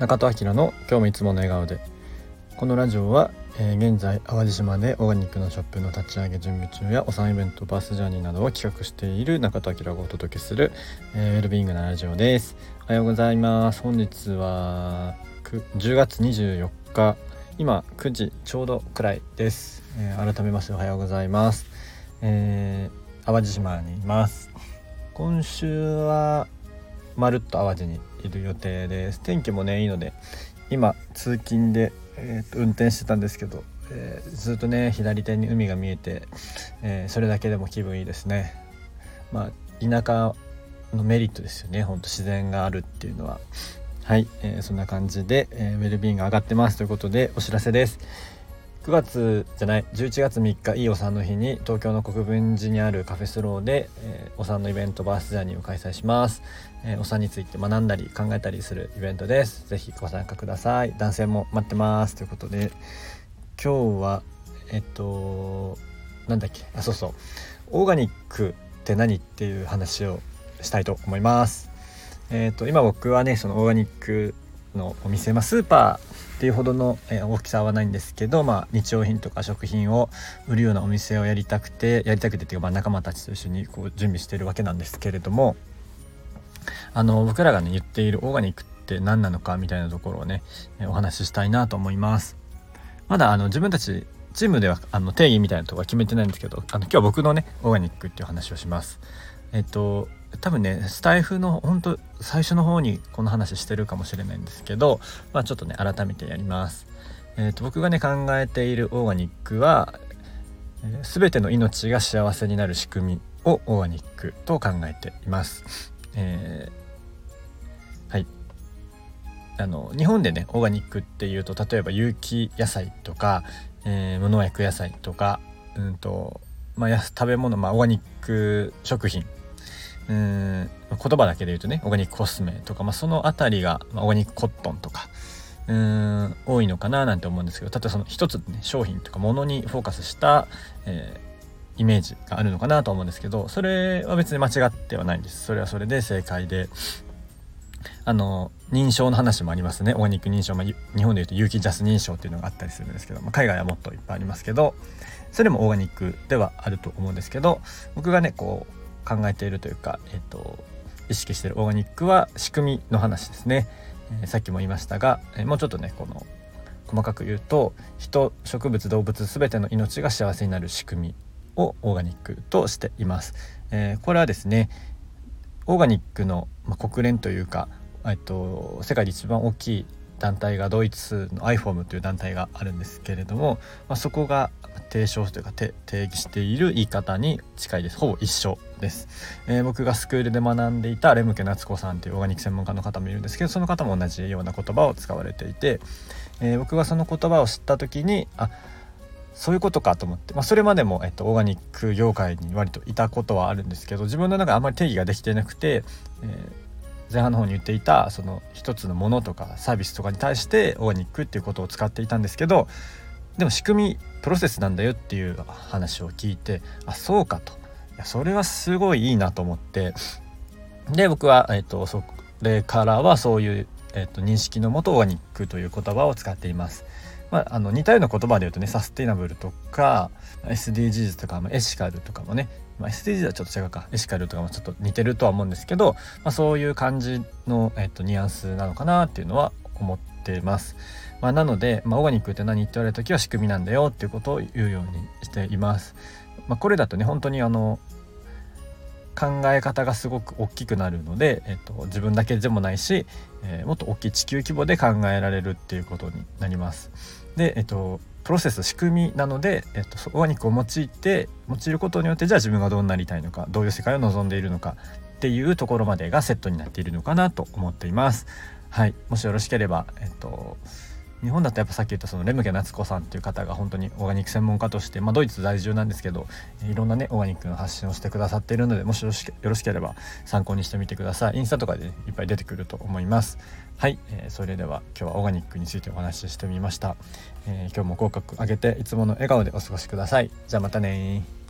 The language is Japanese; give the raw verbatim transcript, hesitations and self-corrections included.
中戸明の今日もいつもの笑顔で。このラジオは、えー、現在淡路島でオーガニックのショップの立ち上げ準備中やお産イベント、バースジャーニーなどを企画している中戸明がお届けする、えー、ウェルビーイングなラジオです。おはようございます。本日はじゅうがつにじゅうよっか、今くじちょうどくらいです。えー、改めましておはようございます。えー、淡路島にいます。今週はまるっと淡路にいる予定です。天気もねいいので今通勤で、えー、と運転してたんですけど、えー、ずっとね左手に海が見えて、えー、それだけでも気分いいですね。まあ田舎のメリットですよね。ほんと自然があるっていうのは。はい、えー、そんな感じで、えー、ウェルビーイング上がってますということでお知らせです。くがつじゃないじゅういちがつみっかいいお産の日に東京の国分寺にあるカフェスローで、えー、お産のイベントバースジャーニーを開催します。えー、お産について学んだり考えたりするイベントです。ぜひご参加ください。男性も待ってますということで、今日はえっとなんだっけあそうそうオーガニックって何っていう話をしたいと思います。えっと今僕はねそのオーガニックのお店、まあ、スーパーっていうほどの、えー、大きさはないんですけど、まあ、日用品とか食品を売るようなお店をやりたくてやりたくてっていうか、まあ、仲間たちと一緒にこう準備しているわけなんですけれども、あの僕らがね言っているオーガニックって何なのかみたいなところをね、えー、お話ししたいなと思います。まだあの自分たちチームではあの定義みたいなところは決めてないんですけど、あの今日は僕のねオーガニックっていう話をします。えっと多分ねスタイフの本当最初の方にこの話してるかもしれないんですけど、まあちょっとね改めてやります。えっと僕がね考えているオーガニックは、えー、全ての命が幸せになる仕組みをオーガニックと考えています。えー、はいあの日本でねオーガニックっていうと例えば有機野菜とか、えー、無農薬野菜とか、うんとまあ、食べ物、まあ、オーガニック食品、うーん言葉だけで言うとねオーガニックコスメとか、まあ、そのあたりが、まあ、オーガニックコットンとかうーん多いのかななんて思うんですけど、例えばその一つ、ね、商品とかものにフォーカスした、えー、イメージがあるのかなと思うんですけど、それは別に間違ってはないんです。それはそれで正解で、あの認証の話もありますね。オーガニック認証、まあ、日本でいうと有機ジャス認証っていうのがあったりするんですけど、まあ、海外はもっといっぱいありますけど、それもオーガニックではあると思うんですけど、僕がねこう考えているというか、えっと意識しているオーガニックは仕組みの話ですね。えー、さっきも言いましたが、えー、もうちょっとねこの細かく言うと、人、植物、動物すべての命が幸せになる仕組みをオーガニックとしています。えー、これはですねオーガニックの、まあ、国連というか、えっと、世界で一番大きい団体がドイツの アイフォーム という団体があるんですけれども、まあ、そこが提唱というか定義している言い方に近いです。ほぼ一緒です。えー、僕がスクールで学んでいたレムケ夏子さんというオーガニック専門家の方もいるんですけど、その方も同じような言葉を使われていて、えー、僕がその言葉を知った時にあそういうことかと思って、まあ、それまでも、えっと、オーガニック業界に割といたことはあるんですけど、自分の中であまり定義ができていなくて、えー、前半の方に言っていたその一つのものとかサービスとかに対してオーガニックっていうことを使っていたんですけど、でも仕組みプロセスなんだよっていう話を聞いて、あそうかと、いやそれはすごいいいなと思って、で僕は、えっと、それからはそういう、えっと、認識のもとオーガニックという言葉を使っています。まあ、あの似たような言葉で言うとねサステイナブルとか エスディージーズ とか、まあ、エシカルとかもね、まあ、エスディージーズ はちょっと違うか、エシカルとかもちょっと似てるとは思うんですけど、まあ、そういう感じの、えっと、ニュアンスなのかなっていうのは思っています。まあ、なので、まあ、オーガニックって何って言われるときは仕組みなんだよっていうことを言うようにしています。まあ、これだとね本当にあの考え方がすごく大きくなるので、えっと、自分だけでもないし、えー、もっと大きい地球規模で考えられるっていうことになります。で、えっと、プロセス仕組みなので、えっと、オーガニックを用いて用いることによってじゃあ自分がどうなりたいのか、どういう世界を望んでいるのかっていうところまでがセットになっているのかなと思っています。はい、もしよろしければ、えっと日本だとやっぱさっき言ったそのレムケ夏子さんっていう方が本当にオーガニック専門家として、まあ、ドイツ在住なんですけどいろんなねオーガニックの発信をしてくださっているので、もしよろしけ、よろしければ参考にしてみてください。インスタとかで、ね、いっぱい出てくると思います。はい、えー、それでは今日はオーガニックについてお話ししてみました。えー、今日も口角上げていつもの笑顔でお過ごしください。じゃあまたね。